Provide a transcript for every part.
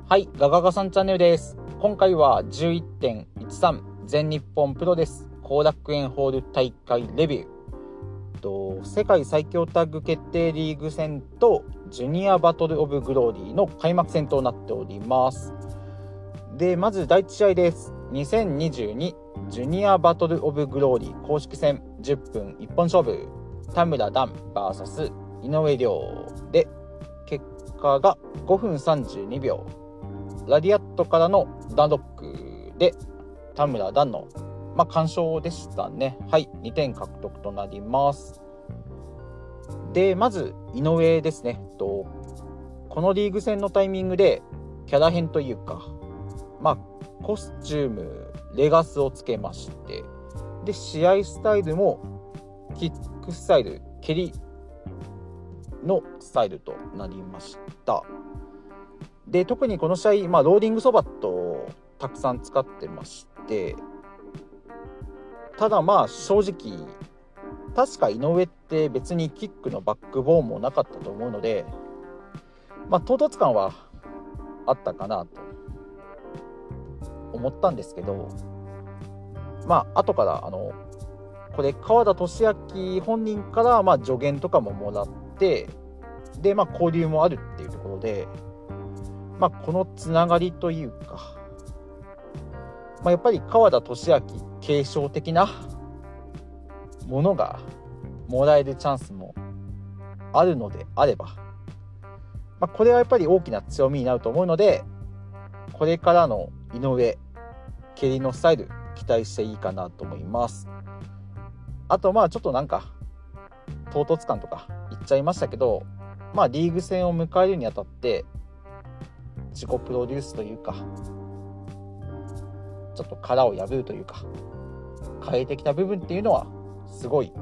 はい、ガガガさんチャンネルです。今回は 11.13 全日本プロレス後楽園ホール大会レビュー、世界最強タッグ決定リーグ戦とジュニアバトルオブグローリーの開幕戦となっております。で、まず第1試合です。2022ジュニアバトルオブグローリー公式戦10分一本勝負、田村段 vs 井上涼で、結果が5分32秒、ラディアットからのダンロックで田村段の、完勝でしたね。はい、2点獲得となります。で、まず井上ですね。このリーグ戦のタイミングでキャラ編というか、コスチュームレガスをつけまして、で試合スタイルもキックスタイル、蹴りのスタイルとなりました。で、特にこの試合、ローリングソバットをたくさん使ってまして、ただ正直確か井上って別にキックのバックボーンもなかったと思うので、唐突感はあったかなと思ったんですけど、後からこれ川田俊明本人から助言とかももらって、で交流もあるっていうところで、このつながりというか、やっぱり川田俊明継承的なものがもらえるチャンスもあるのであれば、これはやっぱり大きな強みになると思うので、これからの井上蹴りのスタイル期待していいかなと思います。あとちょっと唐突感とか言っちゃいましたけど、リーグ戦を迎えるにあたって自己プロデュースというか、ちょっと殻を破るというか、変えてきた部分っていうのはすごい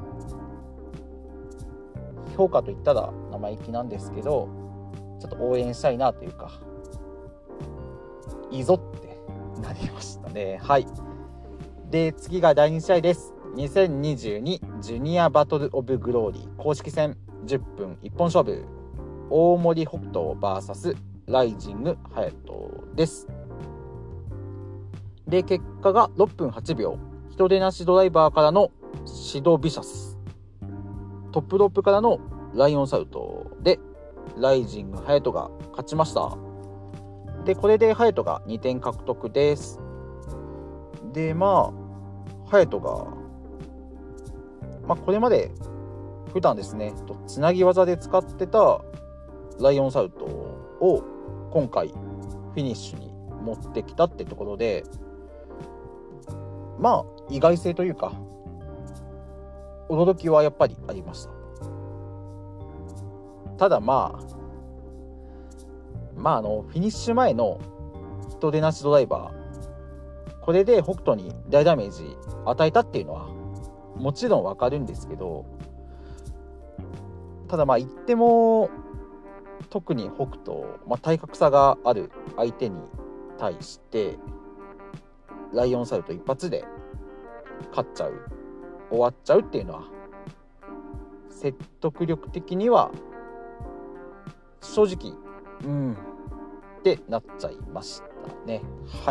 評価といったら生意気なんですけど、ちょっと応援したいなというか、いいぞってなりましたね。はい。で、次が第2試合です。2022ジュニアバトルオブグローリー公式戦10分一本勝負、大森北斗 vs ライジング隼人です。で、結果が6分8秒、人手なしドライバーからのシドビシャス、トップロープからのライオンサルトでライジング隼人が勝ちました。で、これで隼人が2点獲得です。で、隼人がこれまで普段ですね、つなぎ技で使ってたライオンサルトを今回フィニッシュに持ってきたってところで、意外性というか驚きはやっぱりありました。ただフィニッシュ前の人手なしドライバー、これで北斗に大ダメージ与えたっていうのはもちろんわかるんですけど、ただ言っても特に北斗、体格差がある相手に対してライオンサルト一発で勝っちゃう、終わっちゃうっていうのは説得力的には正直ってなっちゃいましたね。はい。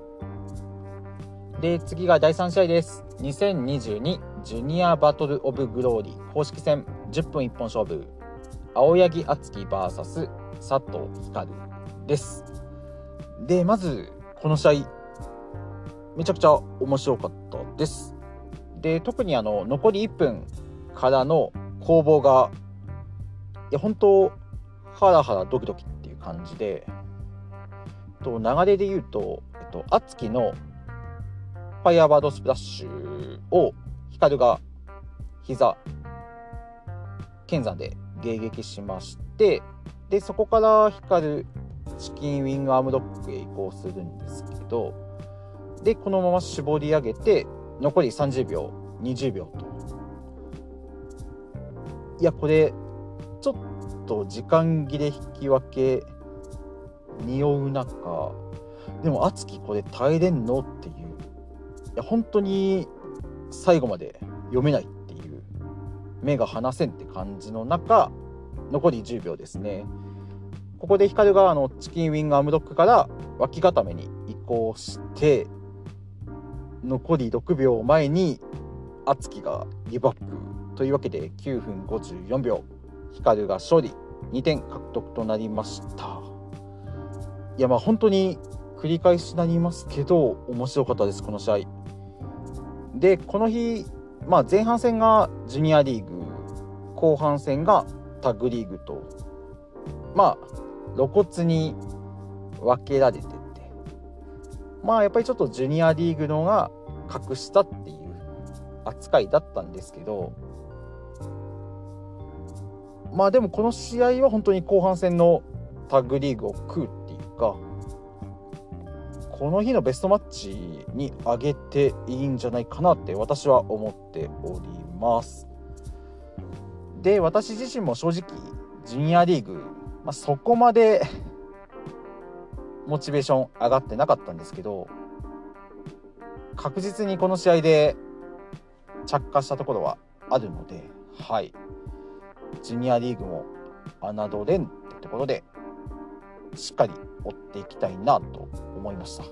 で、次が第3試合です。2022ジュニアバトルオブグローリー公式戦10分一本勝負、青柳敦樹 vs 佐藤光です。で、まずこの試合めちゃくちゃ面白かったです。で、特に残り1分からの攻防が本当ハラハラドキドキっていう感じで、流れで言うと、敦樹のファイアバードスプラッシュを光が膝剣山で迎撃しまして、でそこから光チキンウィングアームロックへ移行するんですけど、でこのまま絞り上げて残り30秒20秒と、これちょっと時間切れ引き分け匂う中、でも敦樹これ耐えれんのっていう、本当に最後まで読めないっていう、目が離せんって感じの中、残り10秒ですね。 ここで光がチキンウィングアームロックから脇固めに移行して、残り6秒前に敦貴がギブアップというわけで9分54秒、光が勝利、2点獲得となりました。いや、本当に繰り返しになりますけど面白かったです、この試合で。この日、前半戦がジュニアリーグ、後半戦がタッグリーグと露骨に分けられてて、やっぱりちょっとジュニアリーグの方が格下っていう扱いだったんですけど、でもこの試合は本当に後半戦のタッグリーグを食うっていうか、この日のベストマッチに上げていいんじゃないかなって私は思っております。で、私自身も正直ジュニアリーグ、そこまでモチベーション上がってなかったんですけど、確実にこの試合で着火したところはあるので、ジュニアリーグも侮れんってところでしっかり追っていきたいなと思いました。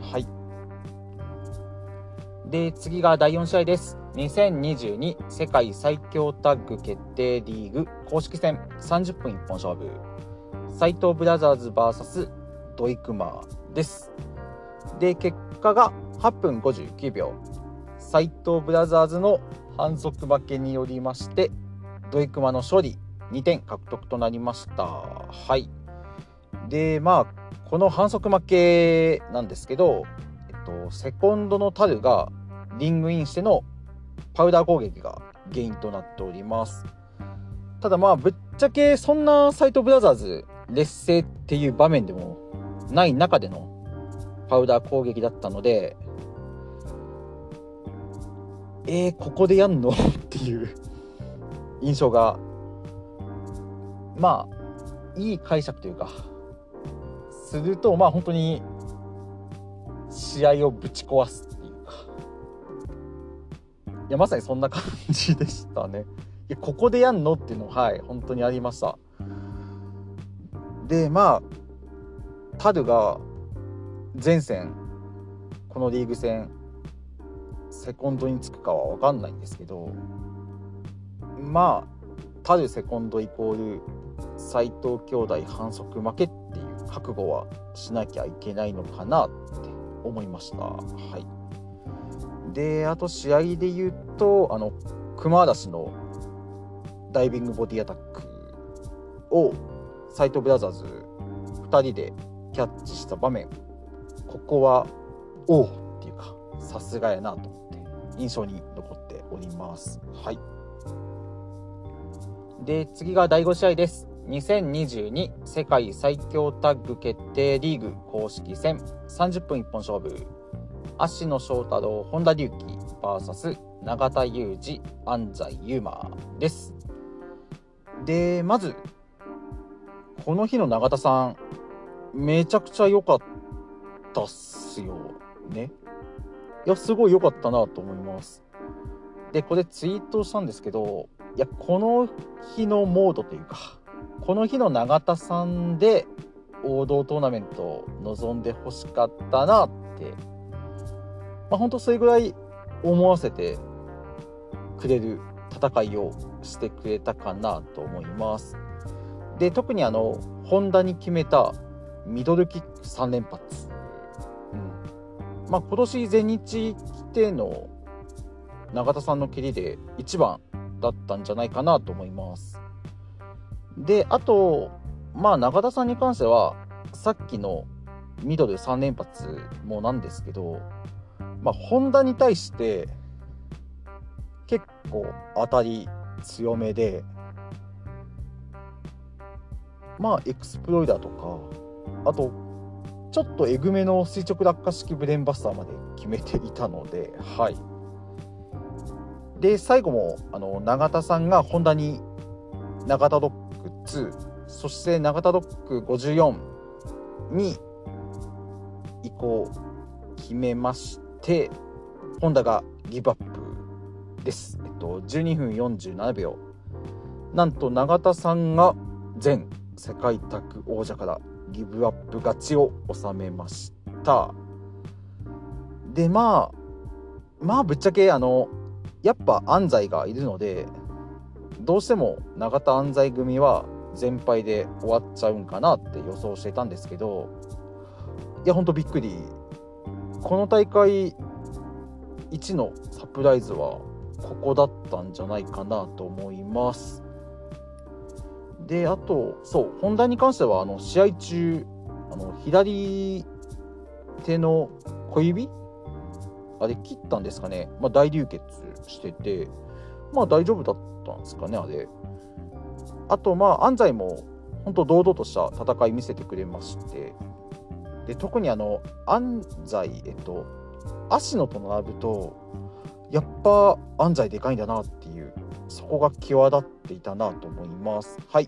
で、次が第4試合です。2022世界最強タッグ決定リーグ公式戦30分一本勝負、斉藤ブラザーズ VS ドイクマーです。で、結果が8分59秒、斉藤ブラザーズの反則負けによりましてドイクマの勝利、2点獲得となりました。で、この反則負けなんですけど、セコンドのタルがリングインしてのパウダー攻撃が原因となっております。ただぶっちゃけそんな斉藤ブラザーズ劣勢っていう場面でもない中でのパウダー攻撃だったので、ここでやんのっていう印象がいい解釈というかすると、本当に試合をぶち壊すっていうか、いやまさにそんな感じでしたね。いやここでやんのっていうの本当にありました。で、タルが前戦このリーグ戦セコンドにつくかは分かんないんですけど、タルセコンドイコール斉藤兄弟反則負けっていう覚悟はしなきゃいけないのかなって思いました。で、あと試合で言うと熊嵐のダイビングボディアタックを斉藤ブラザーズ2人でキャッチした場面、ここはおうっていうかさすがやなと思って印象に残っております。で、次が第5試合です。2022世界最強タッグ決定リーグ公式戦30分一本勝負、芦野翔太郎本田隆起 VS 永田裕二安西優真です。で、まずこの日の永田さんめちゃくちゃ良かったっすよね。いやすごい良かったなと思います。で、これツイートしたんですけど、いやこの日のモードというかこの日の永田さんで王道トーナメントを臨んでほしかったなって、本当それぐらい思わせてくれる戦いをしてくれたかなと思います。で、特に本田に決めたミドルキック3連発、今年全日来ての永田さんの蹴りで一番だったんじゃないかなと思います。で、あと永田さんに関してはさっきのミドル3連発もなんですけど、本田に対して結構当たり強めで、エクスプロイダーとか、あとちょっとエグめの垂直落下式ブレーンバスターまで決めていたので、で最後も永田さんが本田に永田ロック2、そして永田ロック54に移行決めまして、本田がギブアップです。12分47秒、なんと永田さんが全世界タッグ王者からギブアップ勝ちを収めました。でまあぶっちゃけやっぱ安西がいるので、どうしても永田安西組は全敗で終わっちゃうんかなって予想してたんですけど、いやほんとびっくり。この大会一のサプライズはここだったんじゃないかなと思います。であと本田に関しては試合中左手の小指あれ切ったんですかね、大流血してて大丈夫だったんですかねあれ。あと安西も本当堂々とした戦い見せてくれまして、で特に安西芦野と並ぶとやっぱ安西でかいんだなっていう、そこが際立っていたなと思います。はい。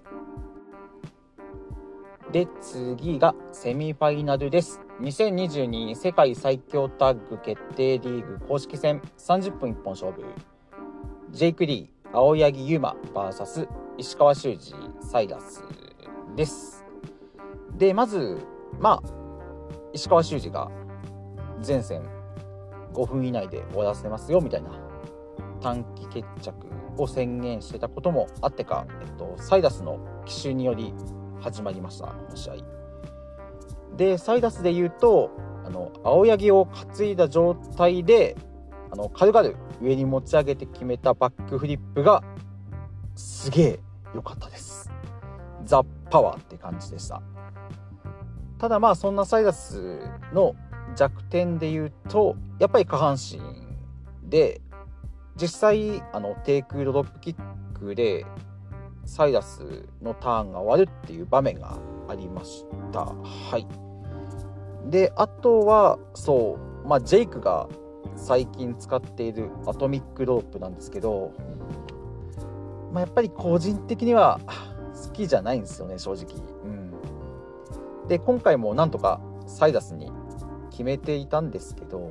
で次がセミファイナルです。2022世界最強タッグ決定リーグ公式戦30分一本勝負、ジェイク・リー、青柳優馬 VS 石川修司サイラスです。でまず石川修司が前戦5分以内で終わらせますよみたいな短期決着を宣言してたこともあってか、サイラスの奇襲により始まりましたこの試合で。サイラスで言うと青柳を担いだ状態で軽々上に持ち上げて決めたバックフリップがすげえ良かったです。ザ・パワーって感じでした。ただそんなサイラスの弱点で言うとやっぱり下半身で、実際低空ドロップキックでサイラスのターンが終わるっていう場面がありました。はい。であとはジェイクが最近使っているアトミックロープなんですけど、やっぱり個人的には好きじゃないんですよね正直。で今回もなんとかサイラスに決めていたんですけど、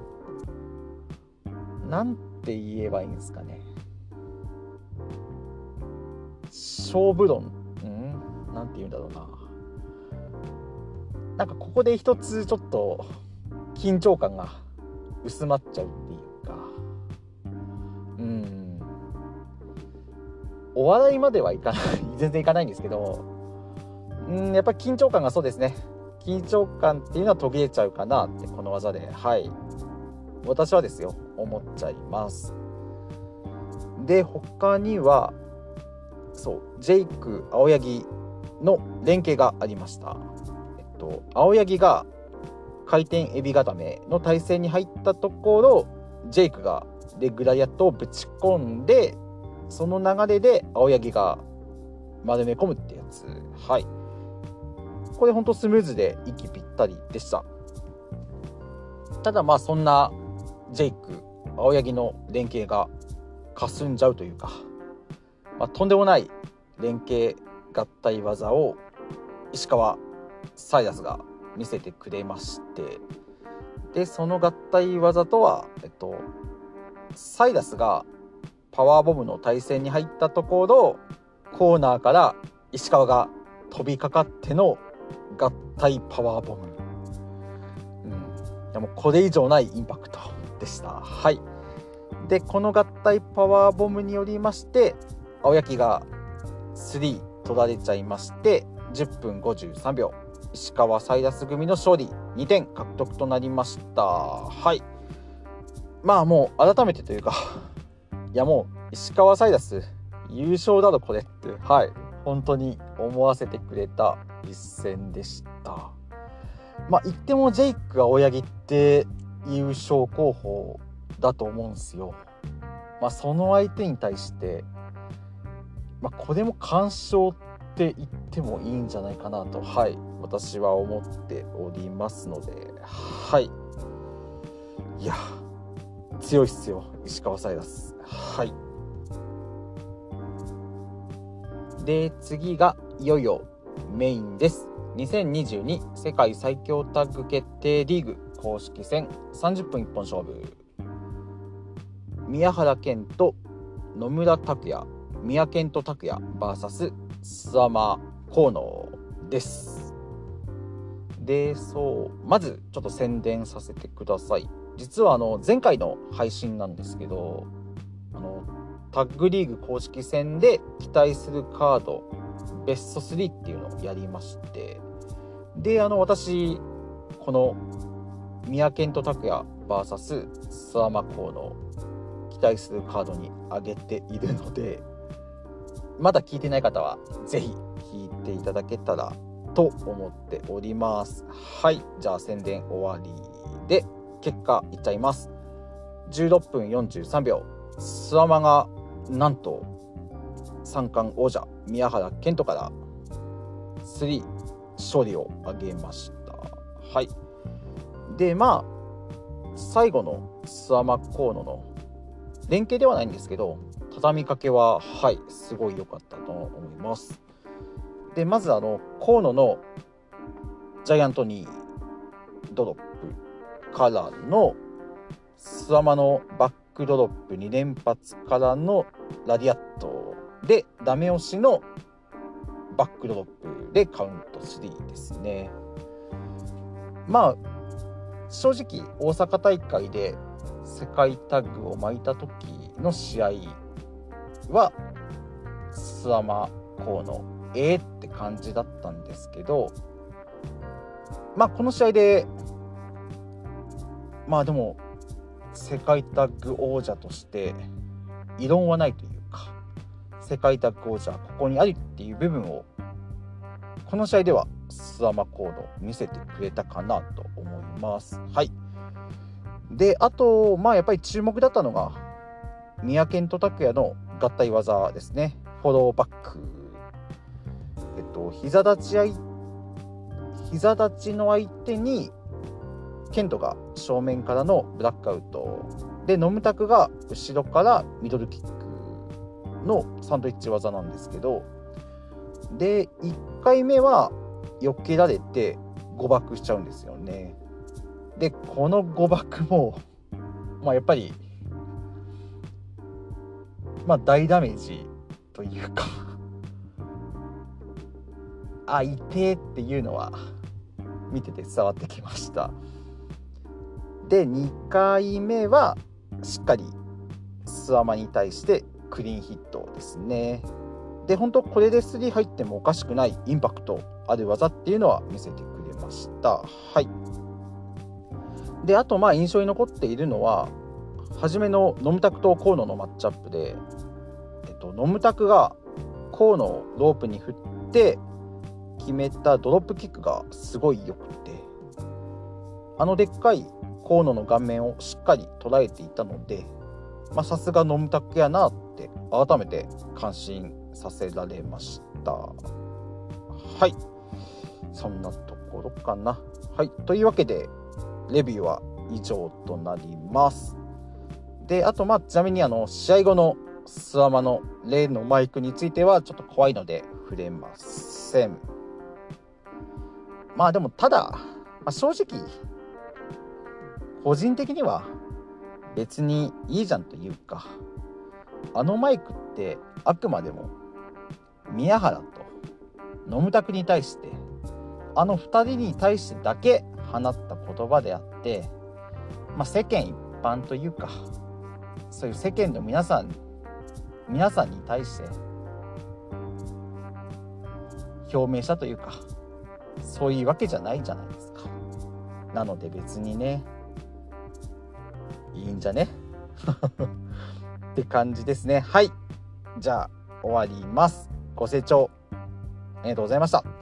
なんて言えばいいんですかね、勝負論なんて言うんだろうな、なんかここで一つちょっと緊張感が薄まっちゃうっていうか、お笑いまではいかない全然いかないんですけど、やっぱり緊張感がそうですね、緊張感っていうのは途切れちゃうかなってこの技で、私はですよ思っちゃいます。で他にはジェイク青柳の連携がありました。青柳が回転エビ固めの体勢に入ったところ、ジェイクがレッグラリアットをぶち込んで、その流れで青柳が丸め込むってやつ。これほんとスムーズで息ぴったりでした。ただそんなジェイク青柳の連携が霞んじゃうというか、とんでもない連携合体技を石川サイラスが見せてくれまして、でその合体技とは、サイラスがパワーボムの対戦に入ったところ、コーナーから石川が飛びかかっての合体パワーボム、いやもうこれ以上ないインパクトでした。でこの合体パワーボムによりまして青柳が3取られちゃいまして、10分53秒石川サイラス組の勝利2点獲得となりました。もう改めてというかいやもう石川サイラス優勝だろこれって本当に思わせてくれた一戦でした。言ってもジェイク青柳って優勝候補だと思うんですよ。その相手に対してこれも完勝って言ってもいいんじゃないかなと私は思っておりますので、いや強いっすよ石川サイラス。で次がいよいよメインです。2022世界最強タッグ決定リーグ公式戦30分一本勝負、宮原健と野村拓也、宮健と拓也 VS 諏訪間河野です。で、まずちょっと宣伝させてください。実は前回の配信なんですけど、タッグリーグ公式戦で期待するカードベスト3っていうのをやりまして、で私この宮健と拓也 VS 諏訪間河野期待するカードに挙げているので、まだ聞いてない方はぜひ聞いていただけたらと思っております。はい、じゃあ宣伝終わりで結果いっちゃいます。16分43秒、諏訪間がなんと三冠王者宮原健人から3勝利を挙げました。はい。で最後の諏訪間河野の連携ではないんですけど、畳みかけはすごい良かったと思います。でまず河野のジャイアントニードロップからの諏訪間のバックドロップ2連発からのラディアットでダメ押しのバックドロップでカウント3ですね。正直大阪大会で世界タッグを巻いた時の試合は諏訪間河野って感じだったんですけど、この試合ででも世界タッグ王者として異論はないというか、世界タッグ王者ここにありっていう部分をこの試合では諏訪間河野見せてくれたかなと思います。はい。であとやっぱり注目だったのが宮健と拓也の合体技ですね。フォローバック、膝立ちの相手に健人が正面からのブラックアウトで、ノムタクが後ろからミドルキックのサンドイッチ技なんですけど、で1回目は避けられて誤爆しちゃうんですよね。でこの誤爆もやっぱり大ダメージというか痛えっていうのは見てて伝わってきました。で2回目はしっかり諏訪間に対してクリーンヒットですね。で本当これで3入ってもおかしくないインパクトある技っていうのは見せてくれました。はい。であと印象に残っているのは初めのノムタクと河野のマッチアップで、ノムタクが河野をロープに振って決めたドロップキックがすごい良くて、でっかい河野の顔面をしっかり捉えていたので、さすがノムタクやなって改めて感心させられました。はい、そんなところかな。はい、というわけでレビューは以上となります。であとちなみに試合後の諏訪間の例のマイクについてはちょっと怖いので触れません。でもただ、正直個人的には別にいいじゃんというか、マイクってあくまでも宮原とノムタクに対して2人に対してだけ放った言葉であって、世間一般というかそういう世間の皆さんに対して表明したというか、そういうわけじゃないじゃないですか。なので別にね、いいんじゃねって感じですね。はい、じゃあ終わります。ご清聴ありがとうございました。